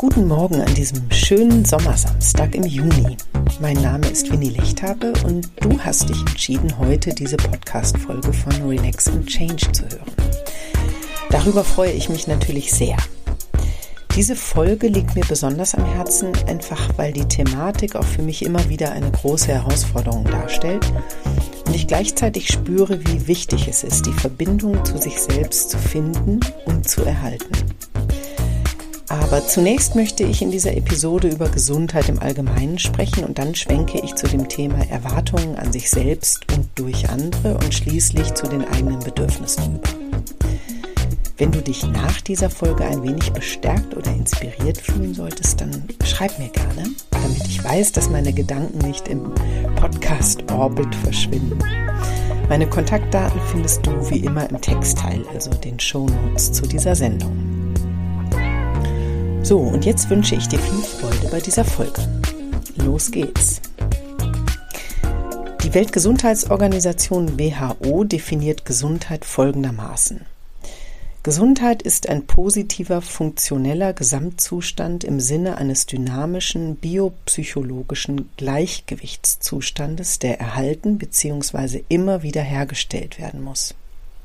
Guten Morgen an diesem schönen Sommersamstag im Juni. Mein Name ist Winnie Lechthabe und du hast dich entschieden, heute diese Podcast-Folge von Relax and Change zu hören. Darüber freue ich mich natürlich sehr. Diese Folge liegt mir besonders am Herzen, einfach weil die Thematik auch für mich immer wieder eine große Herausforderung darstellt und ich gleichzeitig spüre, wie wichtig es ist, die Verbindung zu sich selbst zu finden und zu erhalten. Aber zunächst möchte ich in dieser Episode über Gesundheit im Allgemeinen sprechen und dann schwenke ich zu dem Thema Erwartungen an sich selbst und durch andere und schließlich zu den eigenen Bedürfnissen über. Wenn du dich nach dieser Folge ein wenig bestärkt oder inspiriert fühlen solltest, dann schreib mir gerne, damit ich weiß, dass meine Gedanken nicht im Podcast-Orbit verschwinden. Meine Kontaktdaten findest du wie immer im Textteil, also den Shownotes zu dieser Sendung. So, und jetzt wünsche ich dir viel Freude bei dieser Folge. Los geht's! Die Weltgesundheitsorganisation WHO definiert Gesundheit folgendermaßen. Gesundheit ist ein positiver, funktioneller Gesamtzustand im Sinne eines dynamischen, biopsychologischen Gleichgewichtszustandes, der erhalten bzw. immer wieder hergestellt werden muss.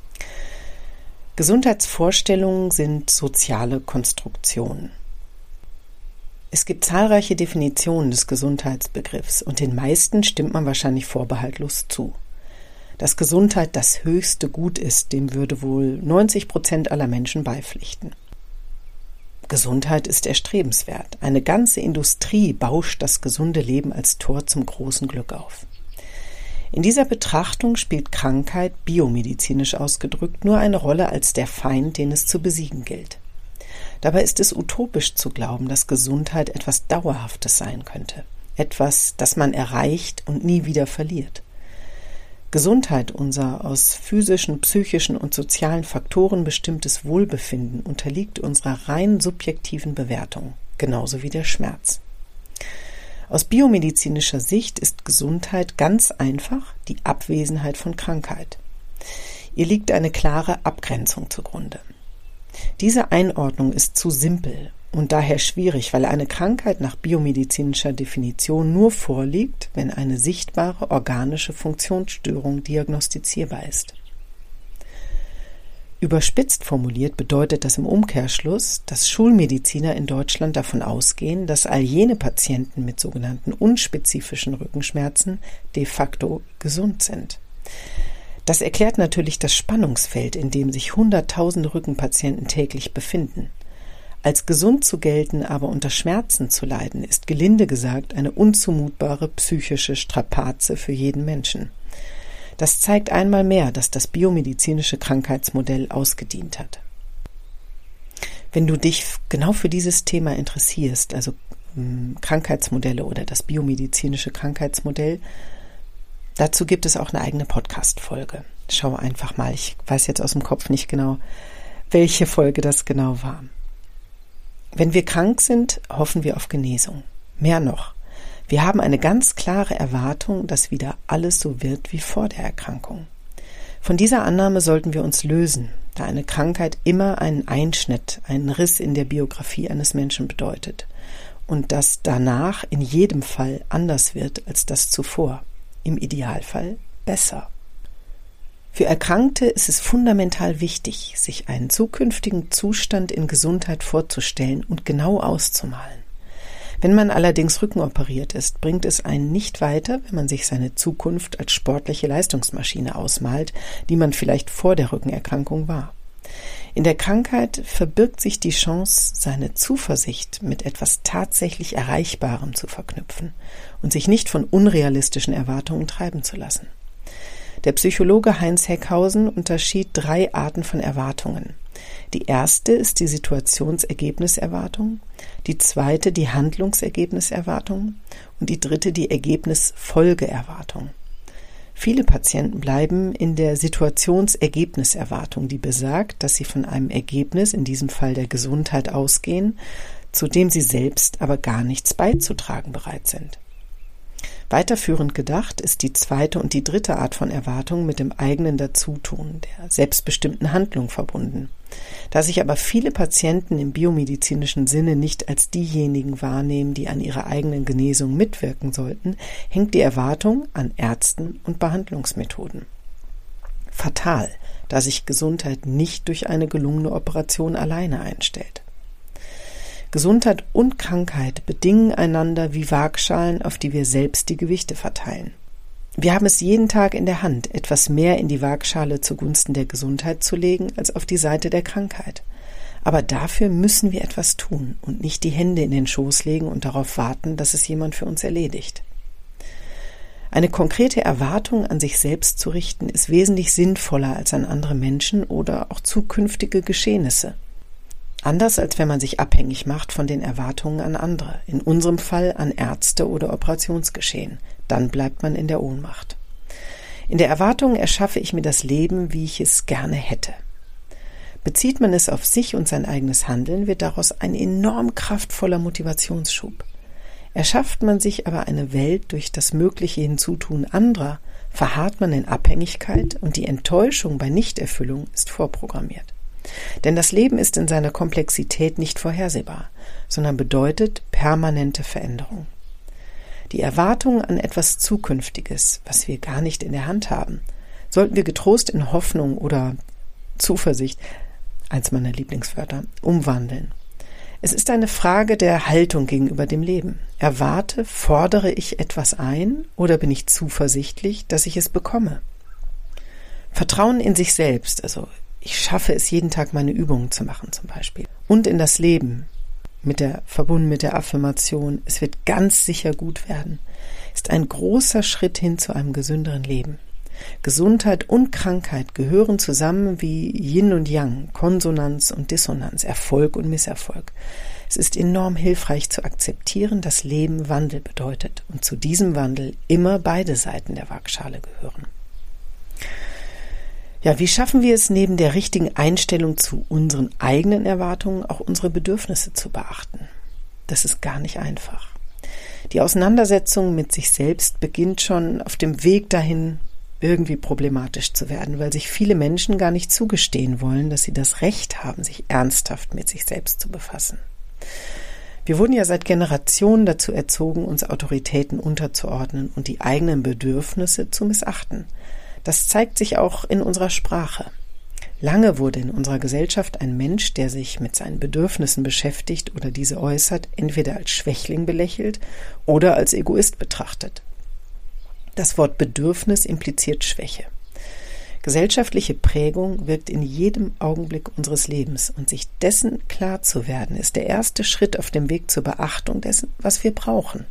Gesundheitsvorstellungen sind soziale Konstruktionen. Es gibt zahlreiche Definitionen des Gesundheitsbegriffs und den meisten stimmt man wahrscheinlich vorbehaltlos zu. Dass Gesundheit das höchste Gut ist, dem würde wohl 90% aller Menschen beipflichten. Gesundheit ist erstrebenswert. Eine ganze Industrie bauscht das gesunde Leben als Tor zum großen Glück auf. In dieser Betrachtung spielt Krankheit, biomedizinisch ausgedrückt, nur eine Rolle als der Feind, den es zu besiegen gilt. Dabei ist es utopisch zu glauben, dass Gesundheit etwas Dauerhaftes sein könnte. Etwas, das man erreicht und nie wieder verliert. Gesundheit, unser aus physischen, psychischen und sozialen Faktoren bestimmtes Wohlbefinden, unterliegt unserer rein subjektiven Bewertung, genauso wie der Schmerz. Aus biomedizinischer Sicht ist Gesundheit ganz einfach die Abwesenheit von Krankheit. Ihr liegt eine klare Abgrenzung zugrunde. Diese Einordnung ist zu simpel und daher schwierig, weil eine Krankheit nach biomedizinischer Definition nur vorliegt, wenn eine sichtbare organische Funktionsstörung diagnostizierbar ist. Überspitzt formuliert bedeutet das im Umkehrschluss, dass Schulmediziner in Deutschland davon ausgehen, dass all jene Patienten mit sogenannten unspezifischen Rückenschmerzen de facto gesund sind. Das erklärt natürlich das Spannungsfeld, in dem sich Hunderttausende Rückenpatienten täglich befinden. Als gesund zu gelten, aber unter Schmerzen zu leiden, ist gelinde gesagt eine unzumutbare psychische Strapaze für jeden Menschen. Das zeigt einmal mehr, dass das biomedizinische Krankheitsmodell ausgedient hat. Wenn du dich genau für dieses Thema interessierst, also Krankheitsmodelle oder das biomedizinische Krankheitsmodell, dazu gibt es auch eine eigene Podcast-Folge. Schau einfach mal, ich weiß jetzt aus dem Kopf nicht genau, welche Folge das genau war. Wenn wir krank sind, hoffen wir auf Genesung. Mehr noch, wir haben eine ganz klare Erwartung, dass wieder alles so wird wie vor der Erkrankung. Von dieser Annahme sollten wir uns lösen, da eine Krankheit immer einen Einschnitt, einen Riss in der Biografie eines Menschen bedeutet und dass danach in jedem Fall anders wird als das zuvor. Im Idealfall besser. Für Erkrankte ist es fundamental wichtig, sich einen zukünftigen Zustand in Gesundheit vorzustellen und genau auszumalen. Wenn man allerdings rückenoperiert ist, bringt es einen nicht weiter, wenn man sich seine Zukunft als sportliche Leistungsmaschine ausmalt, die man vielleicht vor der Rückenerkrankung war. In der Krankheit verbirgt sich die Chance, seine Zuversicht mit etwas tatsächlich Erreichbarem zu verknüpfen und sich nicht von unrealistischen Erwartungen treiben zu lassen. Der Psychologe Heinz Heckhausen unterschied 3 Arten von Erwartungen. Die erste ist die Situationsergebniserwartung, die zweite die Handlungsergebniserwartung und die dritte die Ergebnisfolgeerwartung. Viele Patienten bleiben in der Situationsergebniserwartung, die besagt, dass sie von einem Ergebnis, in diesem Fall der Gesundheit, ausgehen, zu dem sie selbst aber gar nichts beizutragen bereit sind. Weiterführend gedacht ist die zweite und die dritte Art von Erwartung mit dem eigenen Dazutun, der selbstbestimmten Handlung verbunden. Da sich aber viele Patienten im biomedizinischen Sinne nicht als diejenigen wahrnehmen, die an ihrer eigenen Genesung mitwirken sollten, hängt die Erwartung an Ärzten und Behandlungsmethoden. Fatal, da sich Gesundheit nicht durch eine gelungene Operation alleine einstellt. Gesundheit und Krankheit bedingen einander wie Waagschalen, auf die wir selbst die Gewichte verteilen. Wir haben es jeden Tag in der Hand, etwas mehr in die Waagschale zugunsten der Gesundheit zu legen, als auf die Seite der Krankheit. Aber dafür müssen wir etwas tun und nicht die Hände in den Schoß legen und darauf warten, dass es jemand für uns erledigt. Eine konkrete Erwartung an sich selbst zu richten, ist wesentlich sinnvoller als an andere Menschen oder auch zukünftige Geschehnisse. Anders als wenn man sich abhängig macht von den Erwartungen an andere, in unserem Fall an Ärzte oder Operationsgeschehen. Dann bleibt man in der Ohnmacht. In der Erwartung erschaffe ich mir das Leben, wie ich es gerne hätte. Bezieht man es auf sich und sein eigenes Handeln, wird daraus ein enorm kraftvoller Motivationsschub. Erschafft man sich aber eine Welt durch das mögliche Hinzutun anderer, verharrt man in Abhängigkeit und die Enttäuschung bei Nichterfüllung ist vorprogrammiert. Denn das Leben ist in seiner Komplexität nicht vorhersehbar, sondern bedeutet permanente Veränderung. Die Erwartung an etwas Zukünftiges, was wir gar nicht in der Hand haben, sollten wir getrost in Hoffnung oder Zuversicht, eins meiner Lieblingswörter, umwandeln. Es ist eine Frage der Haltung gegenüber dem Leben. Fordere ich etwas ein oder bin ich zuversichtlich, dass ich es bekomme? Vertrauen in sich selbst, also ich schaffe es jeden Tag meine Übungen zu machen zum Beispiel. Und in das Leben, verbunden mit der Affirmation, es wird ganz sicher gut werden, ist ein großer Schritt hin zu einem gesünderen Leben. Gesundheit und Krankheit gehören zusammen wie Yin und Yang, Konsonanz und Dissonanz, Erfolg und Misserfolg. Es ist enorm hilfreich zu akzeptieren, dass Leben Wandel bedeutet und zu diesem Wandel immer beide Seiten der Waagschale gehören. Ja, wie schaffen wir es neben der richtigen Einstellung zu unseren eigenen Erwartungen auch unsere Bedürfnisse zu beachten? Das ist gar nicht einfach. Die Auseinandersetzung mit sich selbst beginnt schon auf dem Weg dahin, irgendwie problematisch zu werden, weil sich viele Menschen gar nicht zugestehen wollen, dass sie das Recht haben, sich ernsthaft mit sich selbst zu befassen. Wir wurden ja seit Generationen dazu erzogen, uns Autoritäten unterzuordnen und die eigenen Bedürfnisse zu missachten. Das zeigt sich auch in unserer Sprache. Lange wurde in unserer Gesellschaft ein Mensch, der sich mit seinen Bedürfnissen beschäftigt oder diese äußert, entweder als Schwächling belächelt oder als Egoist betrachtet. Das Wort Bedürfnis impliziert Schwäche. Gesellschaftliche Prägung wirkt in jedem Augenblick unseres Lebens und sich dessen klar zu werden, ist der erste Schritt auf dem Weg zur Beachtung dessen, was wir brauchen.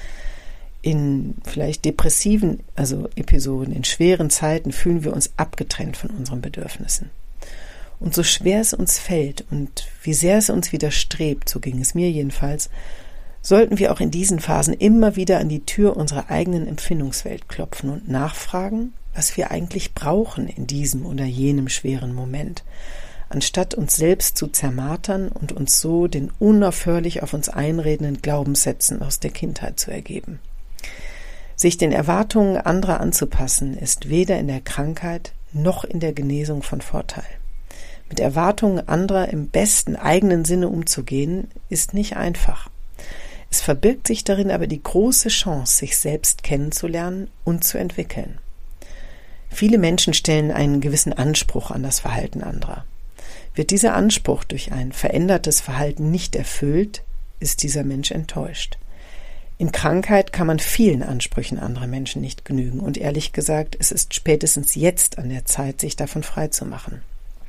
In vielleicht depressiven, Episoden, in schweren Zeiten fühlen wir uns abgetrennt von unseren Bedürfnissen. Und so schwer es uns fällt und wie sehr es uns widerstrebt, so ging es mir jedenfalls, sollten wir auch in diesen Phasen immer wieder an die Tür unserer eigenen Empfindungswelt klopfen und nachfragen, was wir eigentlich brauchen in diesem oder jenem schweren Moment, anstatt uns selbst zu zermartern und uns so den unaufhörlich auf uns einredenden Glaubenssätzen aus der Kindheit zu ergeben. Sich den Erwartungen anderer anzupassen, ist weder in der Krankheit noch in der Genesung von Vorteil. Mit Erwartungen anderer im besten eigenen Sinne umzugehen, ist nicht einfach. Es verbirgt sich darin aber die große Chance, sich selbst kennenzulernen und zu entwickeln. Viele Menschen stellen einen gewissen Anspruch an das Verhalten anderer. Wird dieser Anspruch durch ein verändertes Verhalten nicht erfüllt, ist dieser Mensch enttäuscht. In Krankheit kann man vielen Ansprüchen anderer Menschen nicht genügen und ehrlich gesagt, es ist spätestens jetzt an der Zeit, sich davon freizumachen.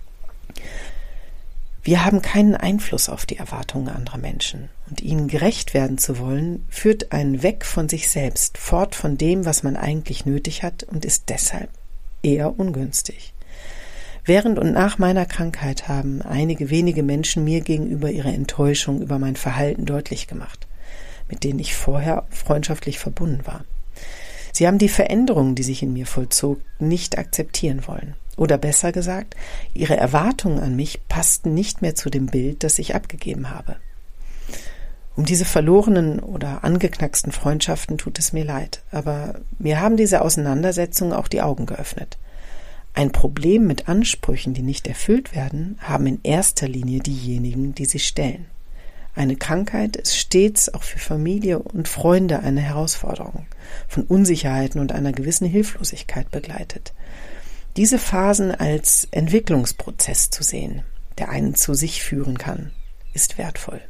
Wir haben keinen Einfluss auf die Erwartungen anderer Menschen und ihnen gerecht werden zu wollen, führt einen weg von sich selbst, fort von dem, was man eigentlich nötig hat und ist deshalb eher ungünstig. Während und nach meiner Krankheit haben einige wenige Menschen mir gegenüber ihre Enttäuschung über mein Verhalten deutlich gemacht, mit denen ich vorher freundschaftlich verbunden war. Sie haben die Veränderungen, die sich in mir vollzog, nicht akzeptieren wollen. Oder besser gesagt, ihre Erwartungen an mich passten nicht mehr zu dem Bild, das ich abgegeben habe. Um diese verlorenen oder angeknacksten Freundschaften tut es mir leid, aber mir haben diese Auseinandersetzungen auch die Augen geöffnet. Ein Problem mit Ansprüchen, die nicht erfüllt werden, haben in erster Linie diejenigen, die sie stellen. Eine Krankheit ist stets auch für Familie und Freunde eine Herausforderung, von Unsicherheiten und einer gewissen Hilflosigkeit begleitet. Diese Phasen als Entwicklungsprozess zu sehen, der einen zu sich führen kann, ist wertvoll.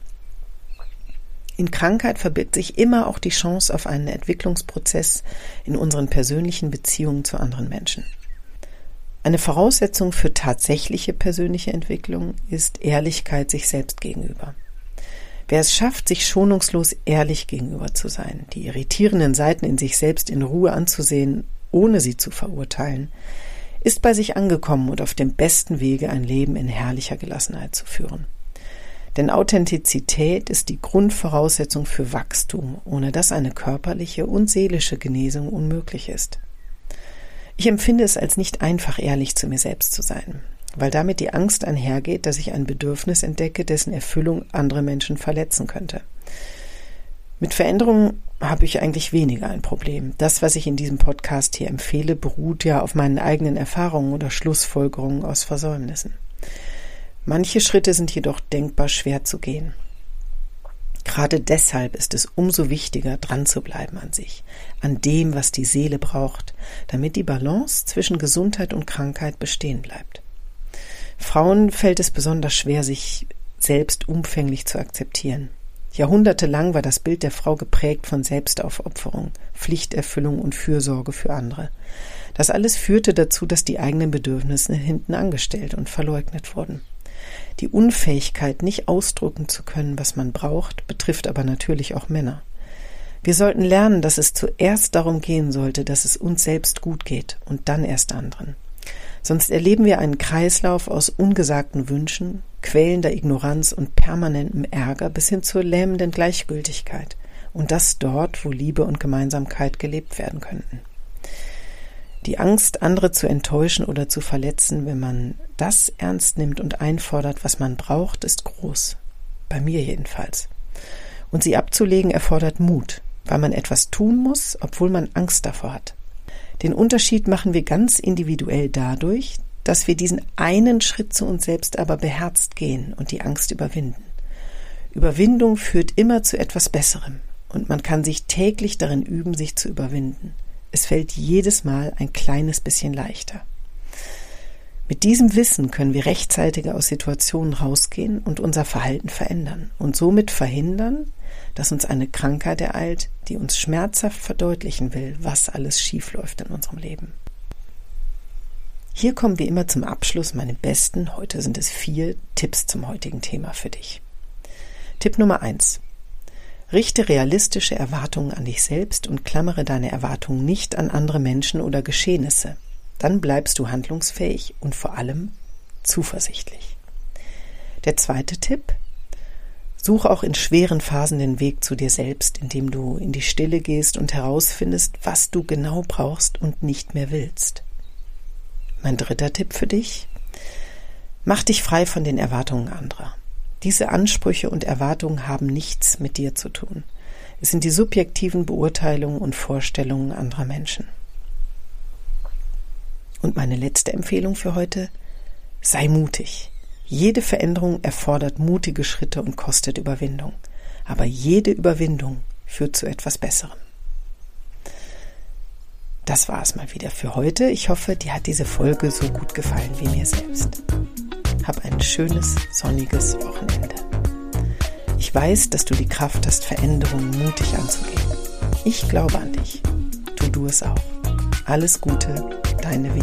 In Krankheit verbirgt sich immer auch die Chance auf einen Entwicklungsprozess in unseren persönlichen Beziehungen zu anderen Menschen. Eine Voraussetzung für tatsächliche persönliche Entwicklung ist Ehrlichkeit sich selbst gegenüber. Wer es schafft, sich schonungslos ehrlich gegenüber zu sein, die irritierenden Seiten in sich selbst in Ruhe anzusehen, ohne sie zu verurteilen, ist bei sich angekommen und auf dem besten Wege, ein Leben in herrlicher Gelassenheit zu führen. Denn Authentizität ist die Grundvoraussetzung für Wachstum, ohne dass eine körperliche und seelische Genesung unmöglich ist. Ich empfinde es als nicht einfach, ehrlich zu mir selbst zu sein, weil damit die Angst einhergeht, dass ich ein Bedürfnis entdecke, dessen Erfüllung andere Menschen verletzen könnte. Mit Veränderungen habe ich eigentlich weniger ein Problem. Das, was ich in diesem Podcast hier empfehle, beruht ja auf meinen eigenen Erfahrungen oder Schlussfolgerungen aus Versäumnissen. Manche Schritte sind jedoch denkbar schwer zu gehen. Gerade deshalb ist es umso wichtiger, dran zu bleiben an sich, an dem, was die Seele braucht, damit die Balance zwischen Gesundheit und Krankheit bestehen bleibt. Frauen fällt es besonders schwer, sich selbst umfänglich zu akzeptieren. Jahrhundertelang war das Bild der Frau geprägt von Selbstaufopferung, Pflichterfüllung und Fürsorge für andere. Das alles führte dazu, dass die eigenen Bedürfnisse hinten angestellt und verleugnet wurden. Die Unfähigkeit, nicht ausdrücken zu können, was man braucht, betrifft aber natürlich auch Männer. Wir sollten lernen, dass es zuerst darum gehen sollte, dass es uns selbst gut geht und dann erst anderen. Sonst erleben wir einen Kreislauf aus ungesagten Wünschen, quälender Ignoranz und permanentem Ärger bis hin zur lähmenden Gleichgültigkeit. Und das dort, wo Liebe und Gemeinsamkeit gelebt werden könnten. Die Angst, andere zu enttäuschen oder zu verletzen, wenn man das ernst nimmt und einfordert, was man braucht, ist groß. Bei mir jedenfalls. Und sie abzulegen erfordert Mut, weil man etwas tun muss, obwohl man Angst davor hat. Den Unterschied machen wir ganz individuell dadurch, dass wir diesen einen Schritt zu uns selbst aber beherzt gehen und die Angst überwinden. Überwindung führt immer zu etwas Besserem und man kann sich täglich darin üben, sich zu überwinden. Es fällt jedes Mal ein kleines bisschen leichter. Mit diesem Wissen können wir rechtzeitiger aus Situationen rausgehen und unser Verhalten verändern und somit verhindern, dass uns eine Krankheit ereilt, die uns schmerzhaft verdeutlichen will, was alles schiefläuft in unserem Leben. Hier kommen wir immer zum Abschluss meine besten, heute sind es 4 Tipps zum heutigen Thema für dich. Tipp Nummer 1. Richte realistische Erwartungen an dich selbst und klammere deine Erwartungen nicht an andere Menschen oder Geschehnisse. Dann bleibst du handlungsfähig und vor allem zuversichtlich. Der zweite Tipp: Suche auch in schweren Phasen den Weg zu dir selbst, indem du in die Stille gehst und herausfindest, was du genau brauchst und nicht mehr willst. Mein dritter Tipp für dich: Mach dich frei von den Erwartungen anderer. Diese Ansprüche und Erwartungen haben nichts mit dir zu tun. Es sind die subjektiven Beurteilungen und Vorstellungen anderer Menschen. Und meine letzte Empfehlung für heute: Sei mutig. Jede Veränderung erfordert mutige Schritte und kostet Überwindung. Aber jede Überwindung führt zu etwas Besserem. Das war es mal wieder für heute. Ich hoffe, dir hat diese Folge so gut gefallen wie mir selbst. Hab ein schönes, sonniges Wochenende. Ich weiß, dass du die Kraft hast, Veränderungen mutig anzugehen. Ich glaube an dich. Tu du es auch. Alles Gute, deine Viola.